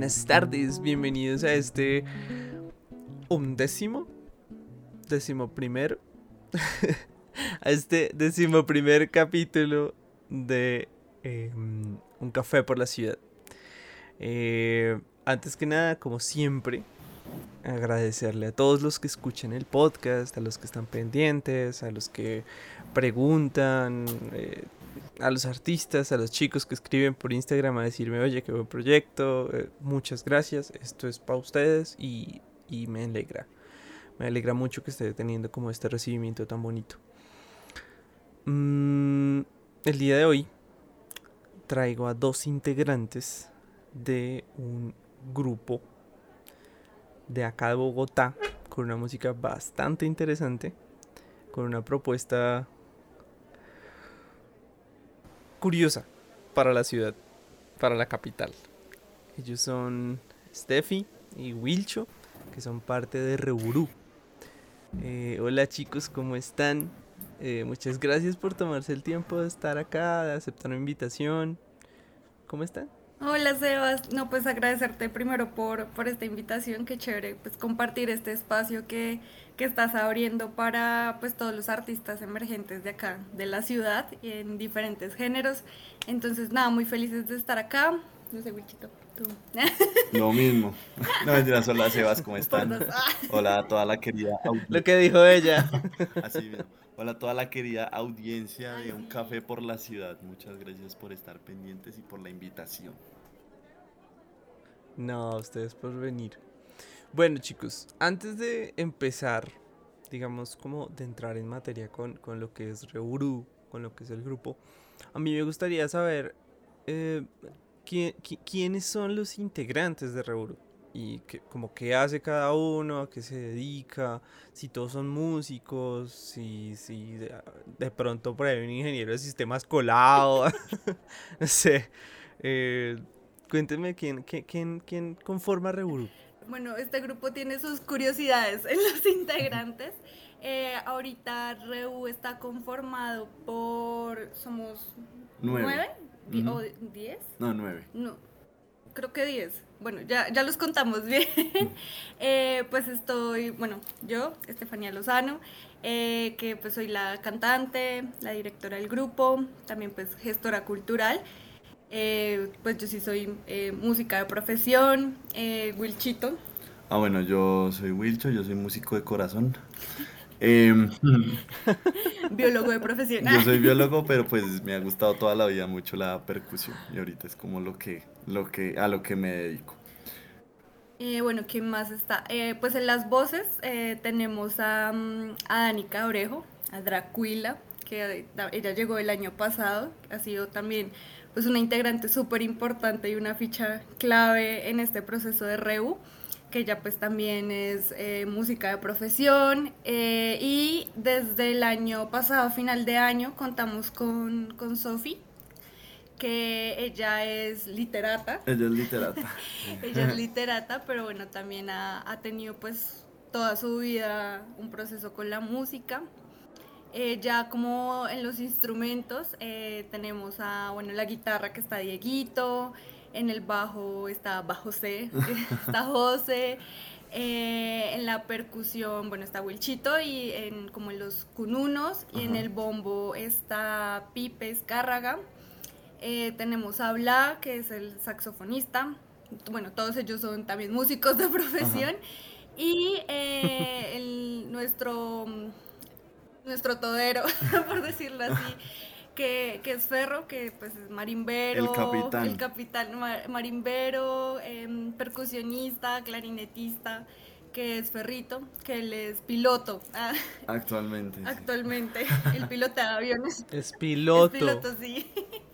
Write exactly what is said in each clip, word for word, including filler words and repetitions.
buenas tardes, bienvenidos a este undécimo, décimo primero, a este décimo primer capítulo de eh, Un Café por la Ciudad. Eh, antes que nada, como siempre, agradecerle a todos los que escuchan el podcast, a los que están pendientes, a los que preguntan, eh, a los artistas, a los chicos que escriben por Instagram a decirme, oye, qué buen proyecto, eh, muchas gracias, esto es para ustedes y, y me alegra, me alegra mucho que esté teniendo como este recibimiento tan bonito. Mm, el día de hoy traigo a dos integrantes de un grupo de acá de Bogotá con una música bastante interesante, con una propuesta curiosa para la ciudad, para la capital. Ellos son Steffi y Wilcho, que son parte de Reburú. Eh, hola chicos, ¿cómo están? Eh, muchas gracias por tomarse el tiempo de estar acá, de aceptar una invitación. ¿Cómo están? Hola Sebas, no pues agradecerte primero por, por esta invitación, qué chévere pues compartir este espacio que, que estás abriendo para pues todos los artistas emergentes de acá, de la ciudad, en diferentes géneros. Entonces nada, muy felices de estar acá. No sé, Wichito, tú. Lo mismo. No mentiras, hola Sebas, ¿cómo Por están? dos. Ah. Hola a toda la querida Lo audiencia. que dijo ella. Así mismo. Hola a toda la querida audiencia Ay, de Un sí. Café por la Ciudad. Muchas gracias por estar pendientes y por la invitación. No, a ustedes por venir. Bueno chicos, antes de empezar, digamos como de entrar en materia con, con lo que es Reburú, con lo que es el grupo, a mí me gustaría saber eh, ¿quién, qui- quiénes son los integrantes de Reburú y qué, como qué hace cada uno, a qué se dedica, si todos son músicos, si, si de, de pronto por ahí hay un ingeniero de sistemas colado, no sé. Eh, cuéntenme quién, quién, quién, quién conforma Reburú. Bueno, este grupo tiene sus curiosidades en los integrantes. Eh, ahorita Reu está conformado por, somos Nueve. nueve Di- Ujú. o diez, No, nueve. no, creo que diez. Bueno, ya, ya los contamos bien. Eh, pues estoy, bueno, yo, Estefanía Lozano, eh, que pues soy la cantante, la directora del grupo, también pues gestora cultural. Eh, pues yo sí soy eh, música de profesión, eh, Wilchito. Ah, bueno, yo soy Wilcho, yo soy músico de corazón. Em, Biólogo de profesión. yo soy biólogo, pero pues me ha gustado toda la vida mucho la percusión y ahorita es como lo que, lo que, a lo que me dedico. Eh, bueno, ¿quién más está? Eh, pues en las voces eh, tenemos a, mm, a Dani Cabrejo, a Dracuila, que eh, ella llegó el año pasado, ha sido también pues una integrante súper importante y una ficha clave en este proceso de Reu, que ella pues también es eh, música de profesión, eh, y desde el año pasado, final de año, contamos con, con Sofi, que ella es literata. Ella es literata. Ella es literata, pero bueno, también ha, ha tenido pues toda su vida un proceso con la música. Eh, ya como en los instrumentos eh, tenemos a, bueno, la guitarra que está Dieguito, en el bajo está Bajo C, está José, eh, en la percusión, bueno, está Wilchito y en como en los cununos, y en Ajá. el bombo está Pipe Escárraga. Eh, tenemos a Bla, que es el saxofonista. Bueno, todos ellos son también músicos de profesión. Ajá. Y eh, el, nuestro, nuestro todero, por decirlo así, que, que es Ferro, que pues es El marimbero, el capitán. capitán marimbero, eh, percusionista, clarinetista, que es Ferrito, que él es piloto. Ah, Actualmente, sí. actualmente, el piloto de aviones. Es Es piloto. piloto, sí.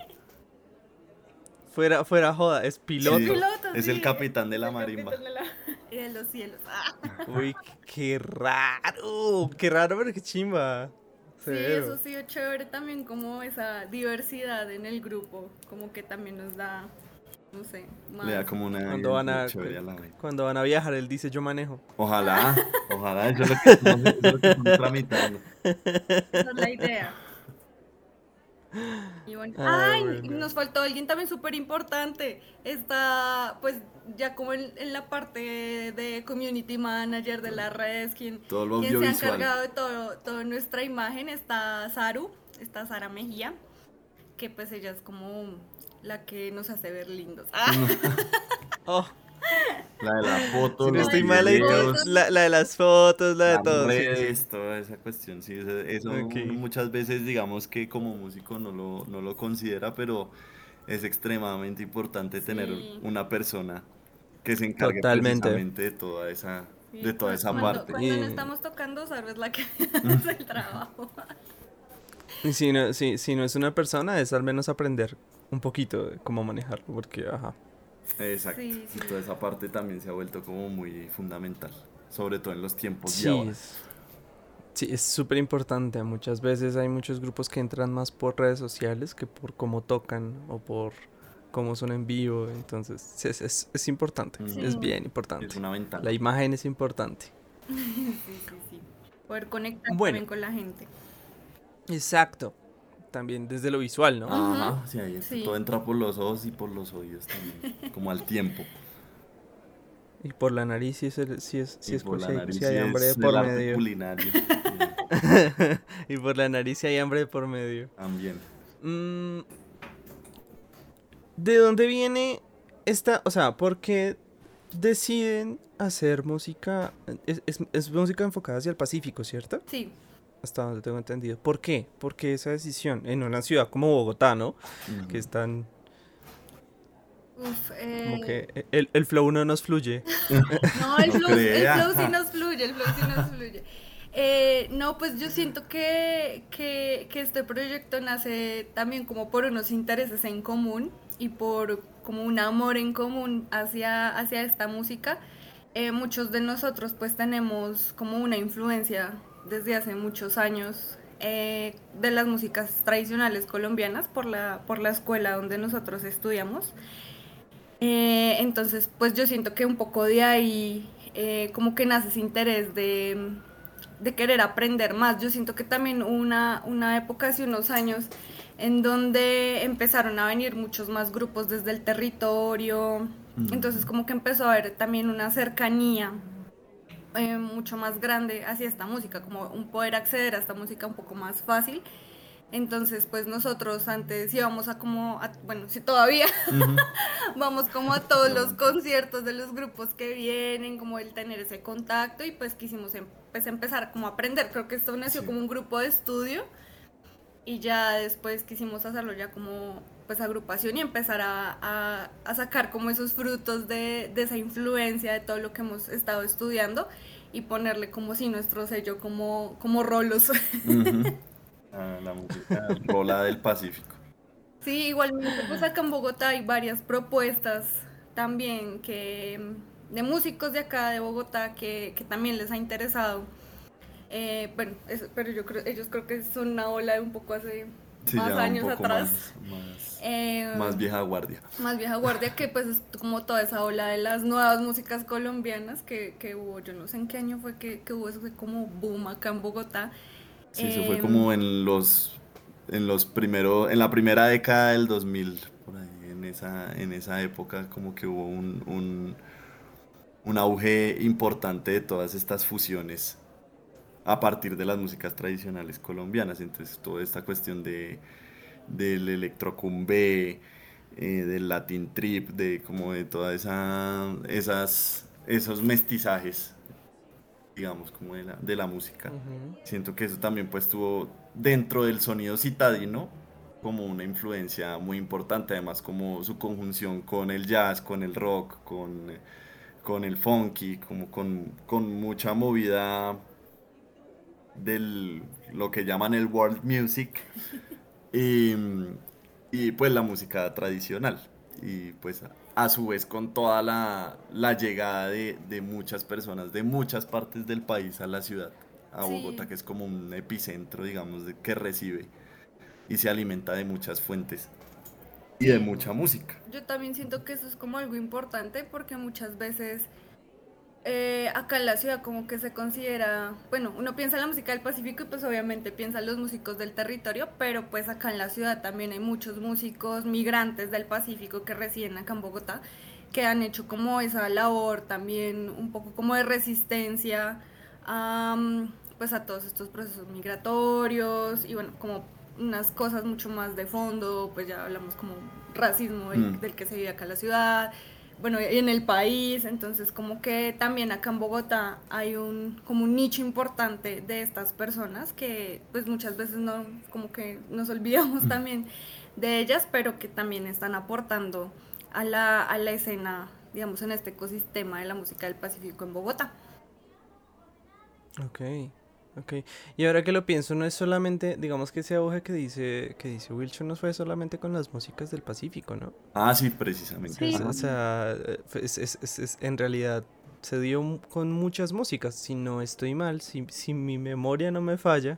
Fuera, fuera joda, es Es Sí, piloto. piloto, es el sí. capitán de Es la el marimba. capitán de, la... y de los cielos. Ah. Uy, qué raro. Qué raro, pero qué chimba. Sí, eso Severo. ha sido chévere también, como esa diversidad en el grupo, como que también nos da, no sé, Le da más. como una Cuando van identidad a chévere a la vaina. cuando van a viajar, él dice yo manejo. Ojalá, ojalá, eso es lo que estamos, eso es lo que estamos tramitando. Esa es la idea. Y bueno, Ah, ay, bueno. nos faltó alguien también súper importante. Está, pues, ya como en, en la parte de community manager de las redes, quien, Todo lo quien se ha audiovisual. encargado de todo, toda nuestra imagen, está Saru, está Sara Mejía, que pues ella es como la que nos hace ver lindos. Ah, Oh, La de la foto, si no la los de estoy las mal ahí, to- fotos. videos, la, la de las fotos, la de las todo, sí, sí. redes, toda esa cuestión. Sí, eso, eso uno Ok, muchas veces digamos que como músico no lo, no lo considera, pero es extremadamente importante tener Sí, una persona que se encargue totalmente. precisamente de toda esa, de sí, toda cu- esa cuando, parte. cuando no Y, estamos tocando, Saru es la que hace el trabajo. y si no, si, si no es una persona, es al menos aprender un poquito de cómo manejarlo, porque, ajá. Exacto. Sí, Y sí. toda esa parte también se ha vuelto como muy fundamental, sobre todo en los tiempos de Sí, ahora. es, sí, es súper importante. Muchas veces hay muchos grupos que entran más por redes sociales que por cómo tocan o por cómo son en vivo. Entonces, sí, es, es, es importante, Ujú. es Sí. bien Es importante. una La ventana. imagen es importante. Sí, sí, sí. Poder conectar Bueno, también con la gente. exacto. También desde lo visual, ¿no? Ujú, Ajá, sí, ahí esto todo sí. entra por los ojos y por los oídos también, como al tiempo. Y por la nariz si es, el- si es, si Y es por co- la si hay, si nariz y hay hambre de es el por arte medio. culinario. Sí, Y por la nariz si hay hambre de por medio. también. Mm, ¿de dónde viene esta, o sea, por qué deciden hacer música? Es, es- es música enfocada hacia el Pacífico, ¿cierto? Sí. Hasta donde tengo entendido. ¿Por qué? ¿Por qué esa decisión? En una ciudad como Bogotá, ¿no? Que Ujú. están, Uf, como eh, que e- el, el flow no nos fluye. no, el No flow, el crea. flow sí Ja. nos fluye, el flow sí nos fluye. Eh, no, pues yo siento que, que, que este proyecto nace también como por unos intereses en común y por como un amor en común hacia, hacia esta música. Eh, muchos de nosotros pues tenemos como una influencia desde hace muchos años eh, de las músicas tradicionales colombianas por la, por la escuela donde nosotros estudiamos. Eh, entonces, pues yo siento que un poco de ahí eh, como que nace ese interés de, de querer aprender más. Yo siento que también hubo una, una época hace unos años en donde empezaron a venir muchos más grupos desde el territorio. Entonces Ujú. como que empezó a haber también una cercanía eh, mucho más grande hacia esta música, como un poder acceder a esta música un poco más fácil. Entonces, pues nosotros antes íbamos a como, a- bueno, sí todavía Ujú. vamos como a todos Lo los mantengo. conciertos de los grupos que vienen, como el tener ese contacto y pues quisimos em- pues, empezar como a aprender. Creo que esto nació Sí. como un grupo de estudio y ya después quisimos hacerlo ya como pues agrupación y empezar a, a, a sacar como esos frutos de, de esa influencia de todo lo que hemos estado estudiando y ponerle como si nuestro sello como, como rolos. Ujú. Ah, la música rola del Pacífico. Sí, igualmente, pues acá en Bogotá hay varias propuestas también que mm, de músicos de acá de Bogotá que, que también les ha interesado. Eh, bueno, es- pero yo creo, ellos creo que son una ola de un poco hace Sí, más ya un años poco atrás. más, más, más Eh, vieja guardia. Más vieja guardia que pues es como toda esa ola de las nuevas músicas colombianas que, que hubo, yo no sé en qué año fue que, que hubo ese como boom acá en Bogotá. Sí, eso fue Eh, como en los, en los primero, en la primera década del dos mil, por ahí, en esa, en esa época como que hubo un, un, un auge importante de todas estas fusiones a partir de las músicas tradicionales colombianas. Entonces, toda esta cuestión de, del electrocumbé, eh, del Latin trip, de como de todas esa, esas, esos mestizajes, digamos, como de la, de la música. Ujú. Siento que eso también pues tuvo dentro del sonido citadino como una influencia muy importante, además como su conjunción con el jazz, con el rock, con, eh, con el funky, como con, con mucha movida del lo que llaman el world music y, y pues la música tradicional y pues a su vez con toda la, la llegada de, de muchas personas de muchas partes del país a la ciudad, a Bogotá, sí, que es como un epicentro, digamos, de, que recibe y se alimenta de muchas fuentes y de sí, mucha música. yo también siento que eso es como algo importante porque muchas veces Eh, acá en la ciudad como que se considera, bueno, uno piensa en la música del Pacífico y pues obviamente piensa en los músicos del territorio, pero pues acá en la ciudad también hay muchos músicos migrantes del Pacífico que residen acá en Bogotá, que han hecho como esa labor también un poco como de resistencia a, pues a todos estos procesos migratorios y bueno, como unas cosas mucho más de fondo, pues ya hablamos como racismo del, Mm. del que se vive acá en la ciudad, bueno, y en el país, entonces como que también acá en Bogotá hay un como un nicho importante de estas personas que pues muchas veces no, como que nos olvidamos también de ellas, pero que también están aportando a la, a la escena, digamos, en este ecosistema de la música del Pacífico en Bogotá. Ok, ok. Y ahora que lo pienso, no es solamente, digamos que ese auge que dice, que dice Wilson no fue solamente con las músicas del Pacífico, ¿no? Ah, sí, precisamente. Sí, O Ajá. sea, eh, fue- es, es- es- es- en realidad se dio m- con muchas músicas, si no estoy mal, si, si mi memoria no me falla,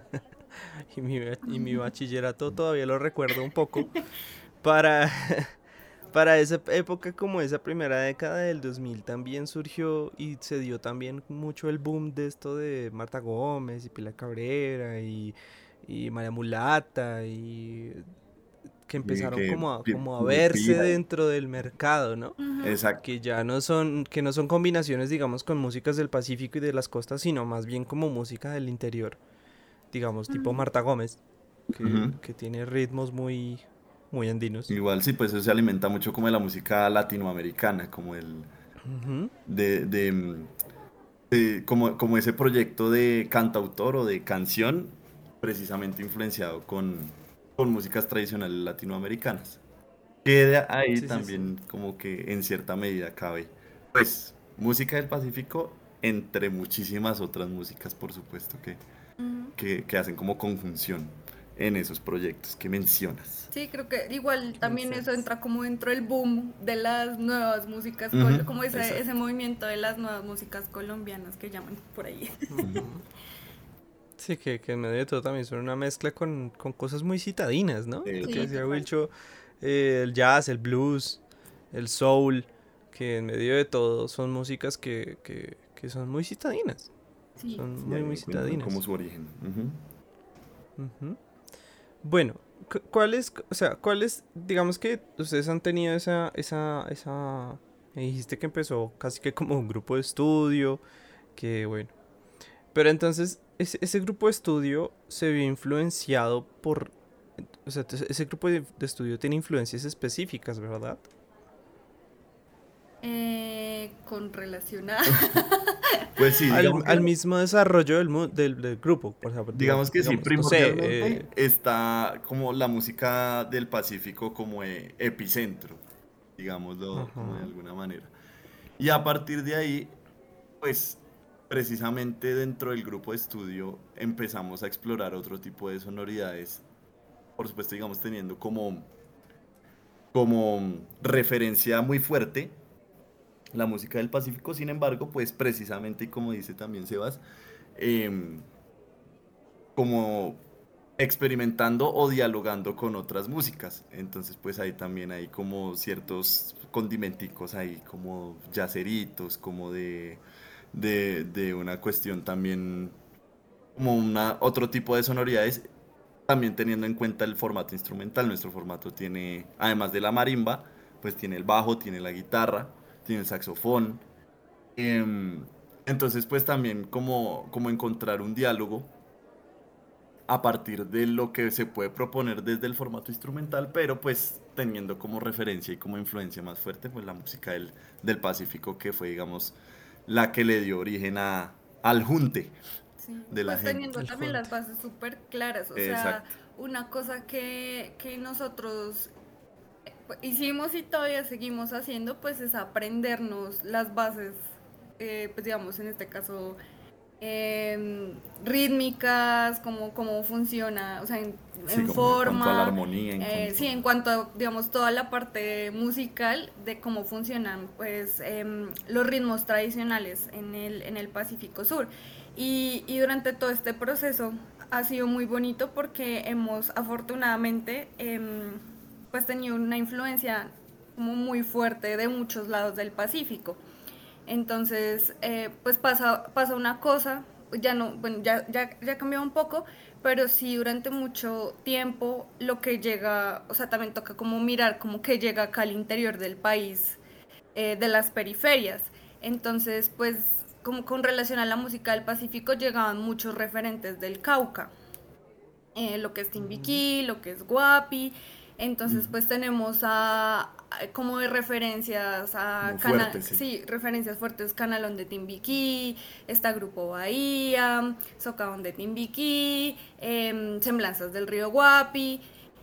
y mi, ba- y mi bachillerato todavía lo recuerdo un poco, para, para esa época, como esa primera década del dos mil también surgió y se dio también mucho el boom de esto de Marta Gómez y Pilar Cabrera y, y María Mulata y que Y empezaron que como a, pi- como a verse Curupira. dentro del mercado, ¿no? Exacto. Que ya no son, que no son combinaciones, digamos, con músicas del Pacífico y de las costas, sino más bien como música del interior, digamos, tipo Marta Gómez, que, Ujú. que tiene ritmos muy, muy andinos. Igual sí, pues eso se alimenta mucho como de la música latinoamericana, como el Ujú. de, de, mm, de- como, como ese proyecto de cantautor o de canción, precisamente influenciado con, con músicas tradicionales latinoamericanas. Que de ahí Sí, sí, sí. también como que en cierta medida cabe, pues, música del Pacífico, entre muchísimas otras músicas, por supuesto, que, Ujú. que, que hacen como conjunción en esos proyectos que mencionas. Sí, creo que igual ¿Qué también eso mencionas? entra como dentro del boom de las nuevas músicas, Ujú, col- como ese, ese exacto. movimiento de las nuevas músicas colombianas que llaman por ahí. Ujú. Ujú. Sí, que, que en medio de todo también son una mezcla con, con cosas muy citadinas, ¿no? Lo que Sí, Exacto. decía total. Wilcho, eh, el jazz, el blues, el soul, que en medio de todo son músicas que, que, que son muy citadinas, Sí, son Y muy, ahí muy encuentran como citadinas. su origen. Ujú. Ujú. Bueno, cu- ¿cuáles, o sea, cuáles, digamos que ustedes han tenido esa, esa, esa, me dijiste que empezó casi que como un grupo de estudio, que bueno, pero entonces ese, ese grupo de estudio se vio influenciado por, o sea, te- ese grupo de, de estudio tiene influencias específicas, ¿verdad? eh, con relación a... Pues sí, Al, digamos que, al mismo desarrollo del, mu- del, del grupo, por ejemplo, digamos digamos, que sí, digamos, no sé, primordialmente eh, está como la música del Pacífico como eh, epicentro, digámoslo como de ajá, alguna manera. Y a partir de ahí, pues precisamente dentro del grupo de estudio empezamos a explorar otro tipo de sonoridades, por supuesto, digamos, teniendo como, como referencia muy fuerte la música del Pacífico. Sin embargo, pues precisamente, y como dice también Sebas, em, como experimentando o dialogando con otras músicas. Entonces, pues ahí también hay como ciertos condimenticos ahí, como yaceritos, como de, de, de una cuestión también, como una, otro tipo de sonoridades, también teniendo en cuenta el formato instrumental. Nuestro formato tiene, además de la marimba, pues tiene el bajo, tiene la guitarra, tiene el saxofón. Em, entonces, pues también como, como encontrar un diálogo a partir de lo que se puede proponer desde el formato instrumental, pero pues teniendo como referencia y como influencia más fuerte pues la música del, del Pacífico, que fue, digamos, la que le dio origen a, al junte Sí, de la pues gente. teniendo el también las junte. bases súper claras, o sea, Exacto. una cosa que, que nosotros pues, hicimos y todavía seguimos haciendo, pues es aprendernos las bases, eh, pues digamos en este caso, em, rítmicas, cómo, cómo funciona, o sea, en, Sí, en como en cuanto a la forma, armonía, en eh, sí, cuanto en cuanto a, digamos, toda la parte musical de cómo funcionan, pues, em, los ritmos tradicionales en el, en el Pacífico Sur. Y, y durante todo este proceso ha sido muy bonito porque hemos afortunadamente em, pues tenido una influencia como muy fuerte de muchos lados del Pacífico. Entonces, eh, pues pasa, pasa una cosa, ya no, bueno, ya, ya, ya cambió un poco, pero sí durante mucho tiempo lo que llega, o sea, también toca como mirar como que llega acá al interior del país, eh, de las periferias. Entonces, pues como con relación a la música del Pacífico llegaban muchos referentes del Cauca, eh, lo que es Ujú. Timbiquí, lo que es Guapi. Entonces, Ujú. pues tenemos a, a- como de referencias a Como Cana, fuerte, sí. sí, referencias fuertes, Canalón de Timbiquí, está Grupo Bahía, Socavón de Timbiquí, em, Semblanzas del Río Guapi.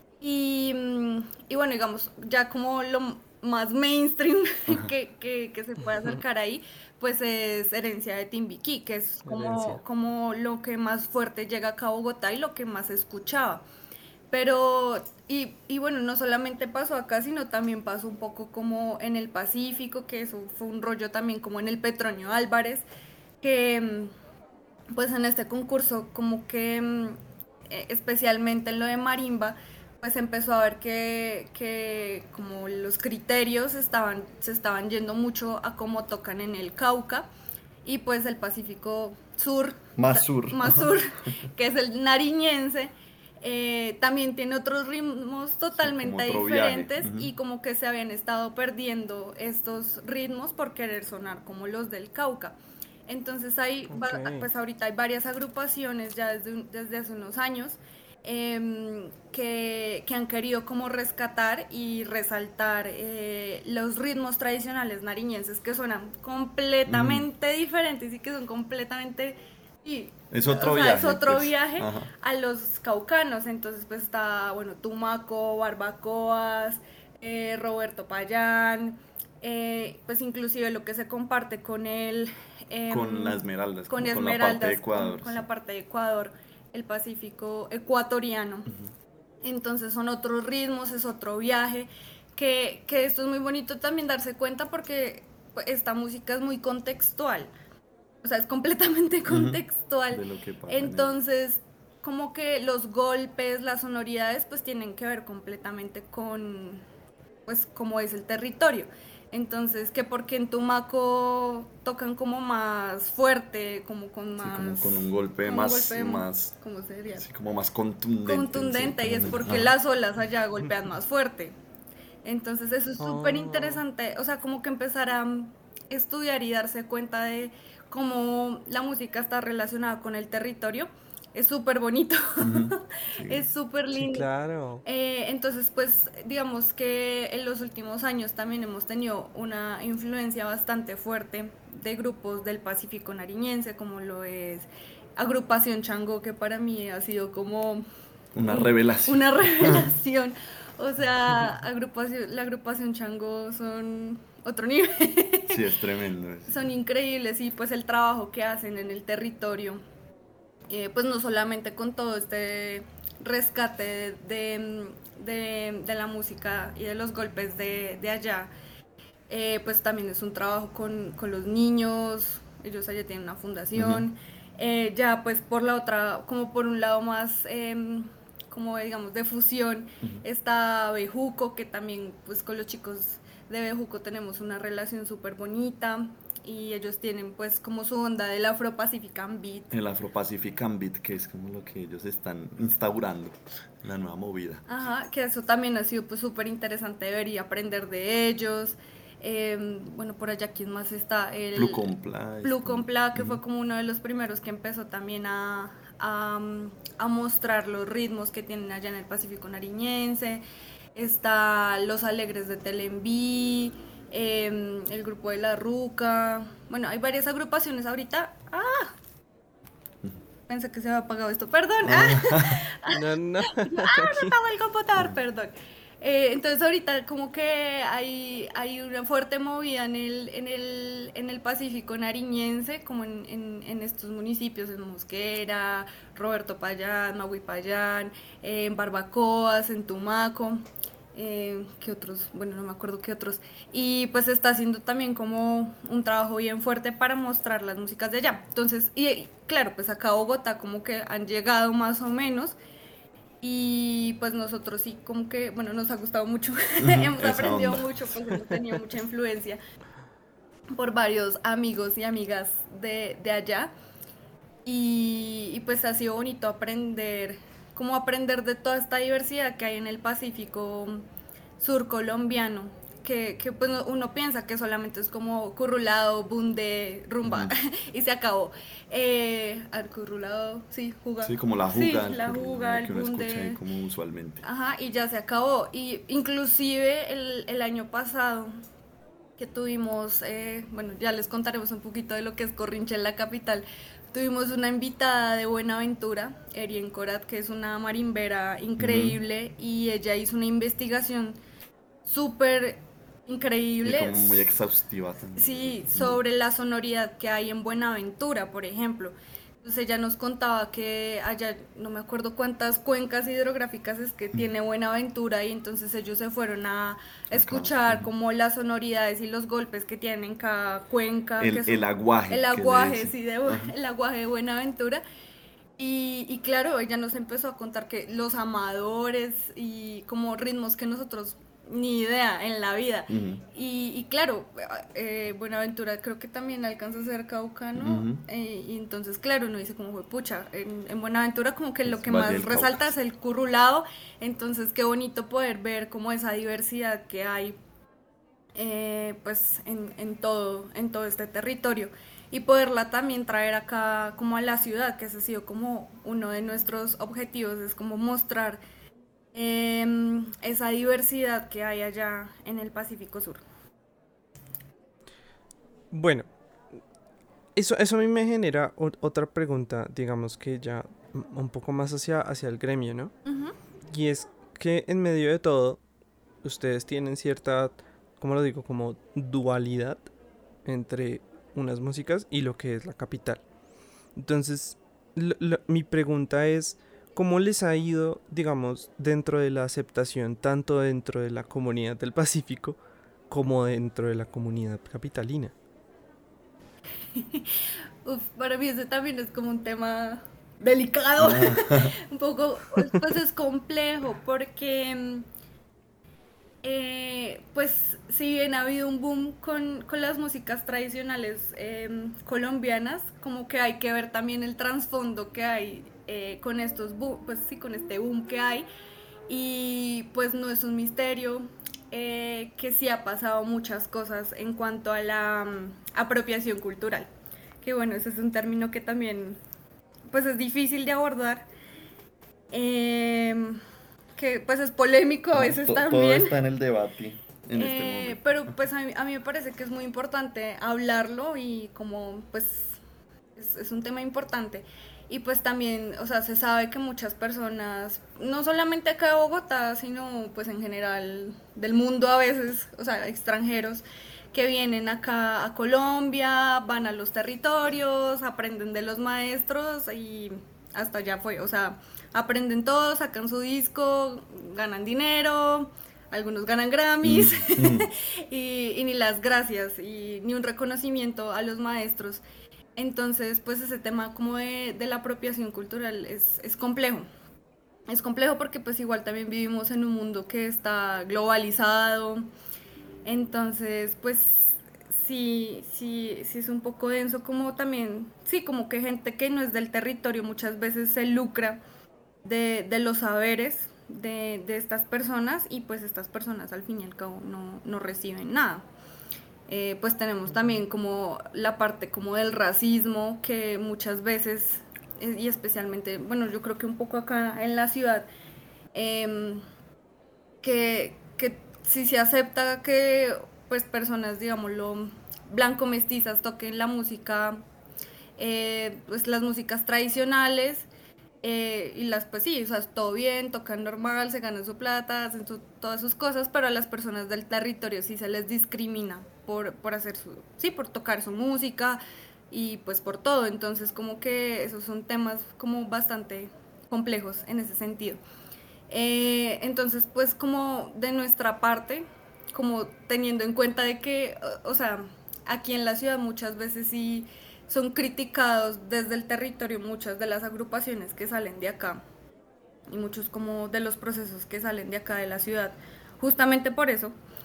Y, mm, y bueno, digamos, ya como lo más mainstream Ajá. que, que, que se puede acercar ahí, pues es Herencia de Timbiquí, que es como, Herencia. como lo que más fuerte llega acá a Bogotá y lo que más se escuchaba. Pero, y, y bueno, no solamente pasó acá, sino también pasó un poco como en el Pacífico, que eso fue un rollo también como en el Petronio Álvarez, que mm, pues en este concurso como que mm, eh, especialmente en lo de marimba, pues empezó a ver que, que como los criterios estaban, se estaban yendo mucho a cómo tocan en el Cauca y pues el Pacífico Sur, Más ta- sur. más Ajá. sur, que es el nariñense, eh, también tiene otros ritmos Sí, como totalmente otro viaje. diferentes Ujú. y como que se habían estado perdiendo estos ritmos por querer sonar como los del Cauca. Entonces hay, Ok. pues ahorita hay varias agrupaciones ya desde, un- desde hace unos años eh, que, que han querido como rescatar y resaltar eh, los ritmos tradicionales nariñenses que suenan Mm. completamente diferentes y que son completamente, y, Es o otro sea, es viaje, otro pues. viaje Ajá. a los caucanos. Entonces pues está, bueno, Tumaco, Barbacoas, eh, Roberto Payán, eh, pues inclusive lo que se comparte con el Con la em, Esmeraldas, con como con la parte de Esmeraldas, con, Ecuador, con sí. la parte de Ecuador, el Pacífico ecuatoriano. Ujú. Entonces son otros ritmos, es otro viaje, que, que esto es muy bonito también darse cuenta porque pues, esta música es muy contextual, o sea, es completamente Ujú. contextual. De lo que pasa en el... Entonces, como que los golpes, las sonoridades, pues tienen que ver completamente con, pues, cómo es el territorio. Entonces, que porque en Tumaco tocan como más fuerte, como con Sí, como con más, un golpe con un más, golpe, más, ¿cómo sería? sí, como más contundente en Contundente, cierto y es momento. porque Ajá. las olas allá golpean más fuerte. Entonces eso es súper Oh, interesante, o sea, como que empezar a mm, estudiar y darse cuenta de cómo la música está relacionada con el territorio, es súper bonito, Ujú. Sí. es súper sí, lindo. claro. Eh, entonces, pues digamos que en los últimos años también hemos tenido una influencia bastante fuerte de grupos del Pacífico nariñense, como lo es Agrupación Chango, que para mí ha sido como Una un- revelación. una revelación. O sea, agrupación, la agrupación Chango son otro nivel. Sí, es tremendo. Es- Son increíbles y pues el trabajo que hacen en el territorio, eh, pues no solamente con todo este rescate de, de, de la música y de los golpes de, de allá, eh, pues también es un trabajo con, con los niños, ellos allá tienen una Ujú. fundación, eh, ya pues por la otra, como por un lado más, eh, como digamos, de fusión, Ujú. está Bejuco, que también pues con los chicos de Bejuco tenemos una relación súper bonita y ellos tienen pues como su onda del Afro Pacifican Beat. El Afro-Pacific Beat, que es como lo que ellos están instaurando, la nueva movida. Ajá, que eso también ha sido pues súper interesante ver y aprender de ellos. Eh, bueno, por allá, ¿quién más está? Blue El Compla Blue está. Compla, que Ujú. fue como uno de los primeros que empezó también a, a, mm, a mostrar los ritmos que tienen allá en el Pacífico Nariñense. Está Los Alegres de Telenví, eh, el grupo de La Ruca. Bueno, hay varias agrupaciones ahorita. Ah, pensé que se había apagado esto, perdón. Ah, No, no, Yo, ah, me tranqui. apagó el computador, perdón. Eh, entonces ahorita como que hay, hay una fuerte movida en el, en el, en el Pacífico nariñense, como en, en, en estos municipios, en Mosquera, Roberto Payán, Magui Payán, eh, en Barbacoas, en Tumaco, eh, ¿qué otros? Bueno, no me acuerdo qué otros. Y pues está haciendo también como un trabajo bien fuerte para mostrar las músicas de allá. Entonces, y claro, pues acá a Bogotá como que han llegado más o menos y pues nosotros sí, como que, bueno, nos ha gustado mucho, ujú, hemos esa aprendido onda. mucho, pues hemos tenido mucha influencia. por varios amigos y amigas de, de allá. Y, y pues ha sido bonito aprender, como aprender de toda esta diversidad que hay en el Pacífico sur colombiano, que, que pues no- uno piensa que solamente es como currulado, bunde, rumba Ujú. y se acabó. Eh, al currulado, sí, juga, Sí, como la sí, juga, el la juga, currulado el que uno escucha ahí bunde, como usualmente. ajá, y ya se acabó. Y inclusive el, el año pasado que tuvimos, eh, bueno, ya les contaremos un poquito de lo que es Corrinche en la capital. Tuvimos una invitada de Buenaventura, Erien Corat, que es una marimbera Ujú. increíble y ella hizo una investigación súper Y increíble, como muy exhaustiva también. sí, Ujú. sobre la sonoridad que hay en Buenaventura, por ejemplo. Entonces ella nos contaba que allá, no me acuerdo cuántas cuencas hidrográficas es que tiene Buenaventura y entonces ellos se fueron a Acá. escuchar Ujú. como las sonoridades y los golpes que tienen cada cuenca, El, que el son el aguaje que le aguaje, dicen. sí, de, Ajá. el aguaje de Buenaventura. Y, y claro, ella nos empezó a contar que los amadores y como ritmos que nosotros ni idea en la vida. Ujú. Y, y claro, eh, Buenaventura creo que también alcanza a ser caucano. Ujú. Eh, y entonces, claro, uno dice como fue pucha, en, en Buenaventura como que lo Es que Valle más del resalta Cauca, es sí. el currulado. Entonces, qué bonito poder ver como esa diversidad que hay eh, pues en, en, todo, en todo este territorio y poderla también traer acá como a la ciudad, que ese ha sido como uno de nuestros objetivos, es como mostrar eh, esa diversidad que hay allá en el Pacífico Sur. Bueno, eso, eso a mí me genera o- otra pregunta, digamos que ya m- un poco más hacia, hacia el gremio, ¿no? Uh -huh. Y es que en medio de todo, ustedes tienen cierta, ¿cómo lo digo? Como dualidad entre unas músicas y lo que es la capital. Entonces, lo- lo- mi pregunta es, ¿cómo les ha ido, digamos, dentro de la aceptación, tanto dentro de la comunidad del Pacífico como dentro de la comunidad capitalina? Uf, para mí ese también es como un tema delicado, Ah, un poco, pues es complejo porque Eh, pues si bien ha habido un boom con, con las músicas tradicionales eh, colombianas, como que hay que ver también el trasfondo que hay eh, con estos boom, pues sí, con este boom que hay. Y pues no es un misterio eh, que sí ha pasado muchas cosas en cuanto a la um, apropiación cultural. Que bueno, ese es un término que también pues es difícil de abordar. Eh, que pues es polémico a ajá, veces to- todo también. está en el debate en este Eh, momento. pero pues a mí, a mí me parece que es muy importante hablarlo y como pues es, es un tema importante. Y pues también, o sea, se sabe que muchas personas, no solamente acá de Bogotá, sino pues en general del mundo a veces, o sea, extranjeros, que vienen acá a Colombia, van a los territorios, aprenden de los maestros y hasta allá fue, o sea, aprenden todo, sacan su disco, ganan dinero, algunos ganan Grammys Mm, mm. y, y ni las gracias y ni un reconocimiento a los maestros. Entonces, pues ese tema como de, de la apropiación cultural es, es complejo. Es complejo porque pues igual también vivimos en un mundo que está globalizado. Entonces, pues sí, sí, sí es un poco denso como también, sí, como que gente que no es del territorio muchas veces se lucra de, de los saberes de, de estas personas y pues estas personas al fin y al cabo no, no reciben nada. Eh, pues tenemos también como la parte como del racismo que muchas veces eh, y especialmente, bueno, yo creo que un poco acá en la ciudad, eh, que, que si se acepta que pues personas, digámoslo, blanco mestizas toquen la música, eh, pues las músicas tradicionales, eh, y las, pues sí, o sea, todo bien, tocan normal, se ganan su plata, hacen su, todas sus cosas, pero a las personas del territorio sí se les discrimina por, por hacer su, sí, por tocar su música y pues por todo. Entonces como que esos son temas como bastante complejos en ese sentido. Eh, entonces pues como de nuestra parte, como teniendo en cuenta de que, o sea, aquí en la ciudad muchas veces sí son criticados desde el territorio muchas de las agrupaciones que salen de acá y muchos como de los procesos que salen de acá de la ciudad, justamente por eso.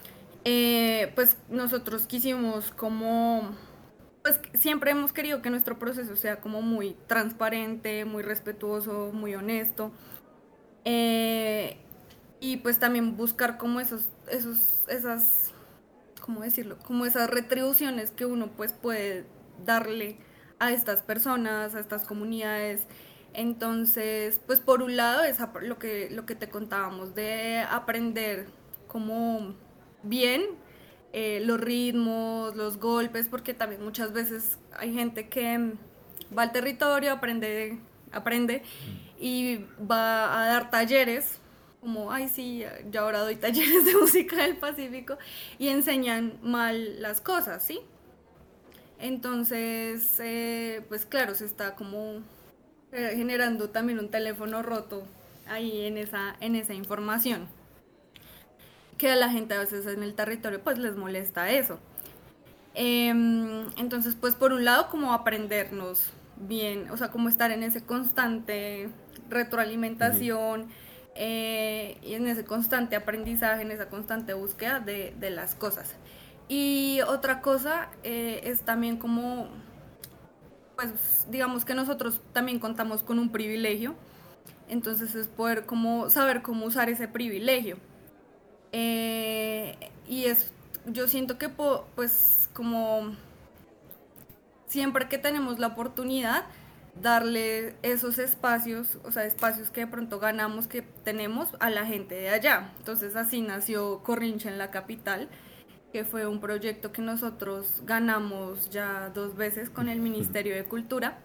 eh, pues nosotros quisimos como, pues siempre hemos querido que nuestro proceso sea como muy transparente, muy respetuoso, muy honesto. eh, y pues también buscar como esos, esos, esas, ¿cómo decirlo? Como esas retribuciones que uno pues puede darle a estas personas, a estas comunidades. Entonces, pues por un lado es lo que, lo que te contábamos de aprender como bien eh, los ritmos, los golpes, porque también muchas veces hay gente que va al territorio, aprende, aprende y va a dar talleres, como, ay sí, yo ahora doy talleres de música del Pacífico y enseñan mal las cosas, ¿sí? Entonces, eh, pues claro, se está como eh, generando también un teléfono roto ahí en esa, en esa información, que a la gente a veces en el territorio pues les molesta eso. Eh, entonces, pues por un lado, como aprendernos bien, o sea, como estar en ese constante Ujú. retroalimentación eh, y en ese constante aprendizaje, en esa constante búsqueda de, de las cosas. Y otra cosa eh, es también como, pues digamos que nosotros también contamos con un privilegio, entonces es poder como saber cómo usar ese privilegio. Eh, y es, yo siento que po, pues como siempre que tenemos la oportunidad, darle esos espacios, o sea, espacios que de pronto ganamos, que tenemos a la gente de allá. Entonces así nació Corrincha en la capital, que fue un proyecto que nosotros ganamos ya dos veces con el Ministerio de Cultura.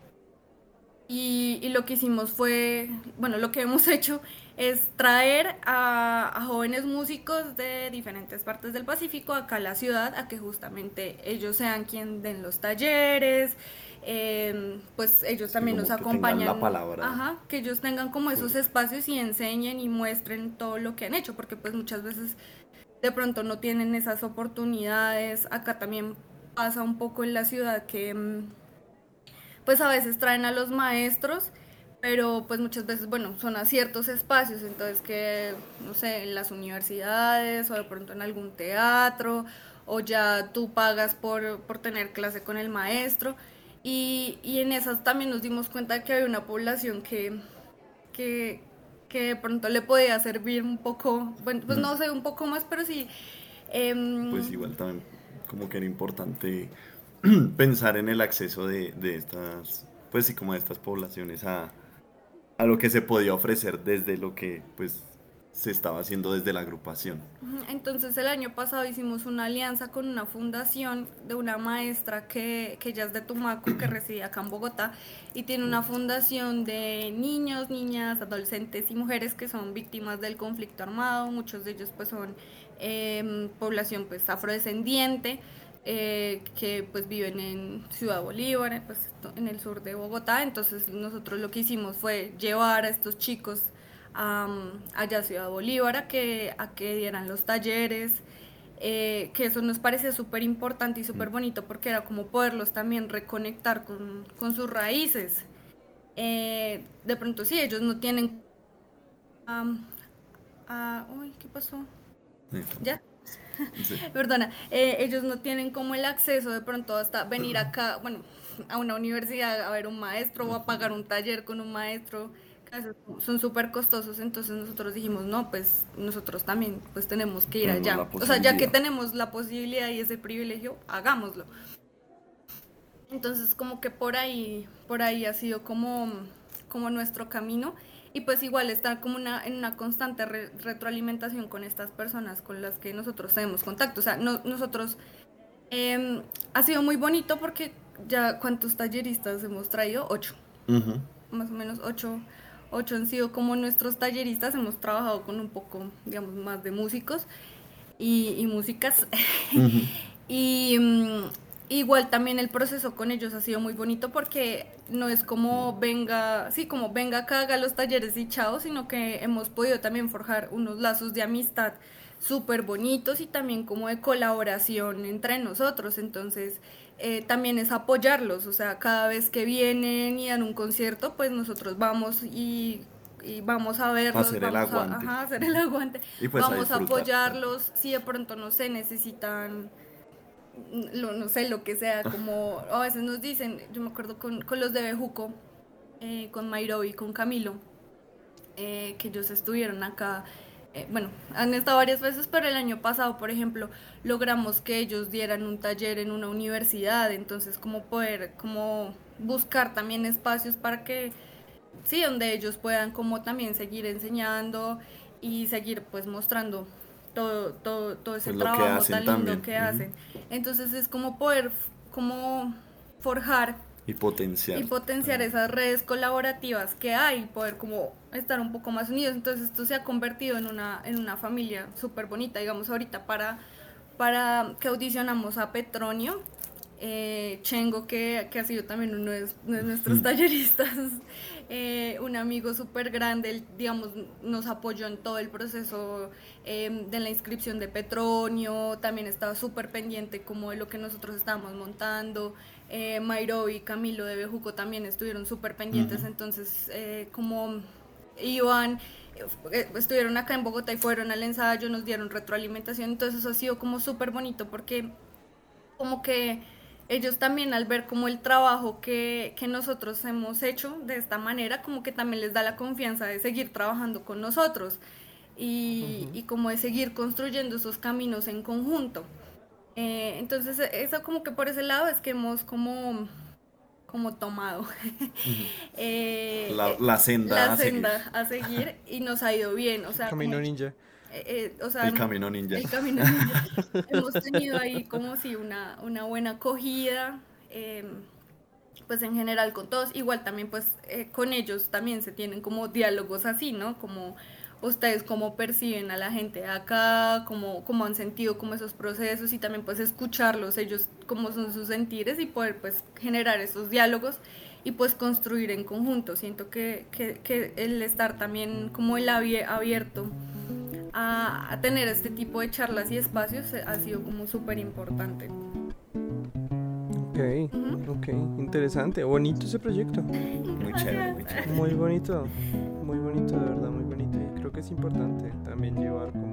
Y, y lo que hicimos fue, bueno, lo que hemos hecho es traer a, a jóvenes músicos de diferentes partes del Pacífico acá a la ciudad, a que justamente ellos sean quien den los talleres, eh, pues ellos Sí, también nos como que tengan la acompañan, palabra ajá, que ellos tengan como esos fuerte. espacios y enseñen y muestren todo lo que han hecho, porque pues muchas veces de pronto no tienen esas oportunidades. Acá también pasa un poco en la ciudad que mm, pues a veces traen a los maestros, pero pues muchas veces, bueno, son a ciertos espacios, entonces que, no sé, en las universidades o de pronto en algún teatro, o ya tú pagas por, por tener clase con el maestro. Y, y en esas también nos dimos cuenta que había una población que, que, que de pronto le podía servir un poco, bueno, pues Mm. no sé, un poco más, pero sí. Eh, Pues igual también como que era importante pensar en el acceso de, de estas, pues sí, como de estas poblaciones a, a lo que se podía ofrecer desde lo que pues se estaba haciendo desde la agrupación. Entonces el año pasado hicimos una alianza con una fundación de una maestra que, que ella es de Tumaco, que reside acá en Bogotá, y tiene una fundación de niños, niñas, adolescentes y mujeres que son víctimas del conflicto armado. Muchos de ellos pues son eh, población pues afrodescendiente, eh, que pues viven en Ciudad Bolívar, pues en el sur de Bogotá. Entonces nosotros lo que hicimos fue llevar a estos chicos um, allá a Ciudad Bolívar a que, a que dieran los talleres, eh, que eso nos parece súper importante y Mm. súper bonito porque era como poderlos también reconectar con, con sus raíces. Eh, de pronto sí, ellos no tienen... Um, uh, uy, ¿qué pasó? Sí, ¿Ya? sí. Perdona, eh, ellos no tienen como el acceso de pronto hasta venir acá, bueno, a una universidad a ver un maestro o a pagar un taller con un maestro, que a veces son súper costosos. Entonces nosotros dijimos, no, pues nosotros también pues tenemos que ir Tenemos allá. la O sea, ya que posibilidad. tenemos la posibilidad y ese privilegio, hagámoslo. Entonces como que por ahí, por ahí ha sido como, como nuestro camino. Y pues igual estar como una, en una constante re retroalimentación con estas personas con las que nosotros tenemos contacto. O sea, no, nosotros eh, ha sido muy bonito porque ya cuántos talleristas hemos traído, ocho, Ujú. más o menos ocho, ocho han sido como nuestros talleristas. Hemos trabajado con un poco, digamos, más de músicos y, y músicas. Ujú. Y mm, igual también el proceso con ellos ha sido muy bonito porque no es como venga, sí, como venga acá, haga los talleres y chao, sino que hemos podido también forjar unos lazos de amistad súper bonitos y también como de colaboración entre nosotros. Entonces eh, también es apoyarlos, o sea, cada vez que vienen y dan un concierto, pues nosotros vamos y y vamos a verlos, hacer el vamos a aguante. ajá, hacer el aguante, Y pues a vamos a disfrutar. apoyarlos, si de pronto, no sé, necesitan, lo, no sé, lo que sea, como a veces nos dicen, yo me acuerdo con, con los de Bejuco, eh, con Mayro y con Camilo, eh, que ellos estuvieron acá, eh, bueno, han estado varias veces, pero el año pasado, por ejemplo, logramos que ellos dieran un taller en una universidad, entonces como poder, como buscar también espacios para que, sí, donde ellos puedan como también seguir enseñando y seguir pues mostrando todo, todo, todo ese Pues lo que trabajo hacen tan lindo también. que Ujú. hacen. Entonces es como poder, f- como forjar Y y potenciar potenciar también. esas redes colaborativas que hay, poder como estar un poco más unidos. Entonces esto se ha convertido en una, en una familia súper bonita, digamos ahorita para, para que audicionamos a Petronio, eh, Chengo, que, que ha sido también uno de, de nuestros talleristas, eh, un amigo súper grande, él, digamos, nos apoyó en todo el proceso eh, de la inscripción de Petronio, también estaba súper pendiente como de lo que nosotros estábamos montando, eh, Mayro y Camilo de Bejuco también estuvieron súper pendientes, Ujú. entonces eh, como iban, eh, estuvieron acá en Bogotá y fueron al ensayo, nos dieron retroalimentación, entonces eso ha sido como súper bonito porque como que ellos también al ver como el trabajo que, que nosotros hemos hecho de esta manera, como que también les da la confianza de seguir trabajando con nosotros y, y como de seguir construyendo esos caminos en conjunto. Eh, entonces eso como que por ese lado es que hemos como, como tomado Ujú. eh, La, eh, la la senda a seguir. senda a seguir y nos ha ido bien, o sea, como Camino ninja. eh, eh, o sea, El camino ninja. el camino ninja. Hemos tenido ahí como si una, una buena acogida, eh, pues en general con todos, igual también pues eh, con ellos también se tienen como diálogos así, ¿no? Como ustedes cómo perciben a la gente de acá, cómo, cómo han sentido como esos procesos y también pues escucharlos ellos cómo son sus sentires y poder pues generar esos diálogos y pues construir en conjunto. Siento que, que, que el estar también como el abierto a, a tener este tipo de charlas y espacios eh, ha sido como súper importante. Ok, Ujú. ok, interesante, bonito ese proyecto. Muy chévere, muy Gracias. chévere. Muy bonito, muy bonito, de verdad, muy bonito. Y creo que es importante también llevar como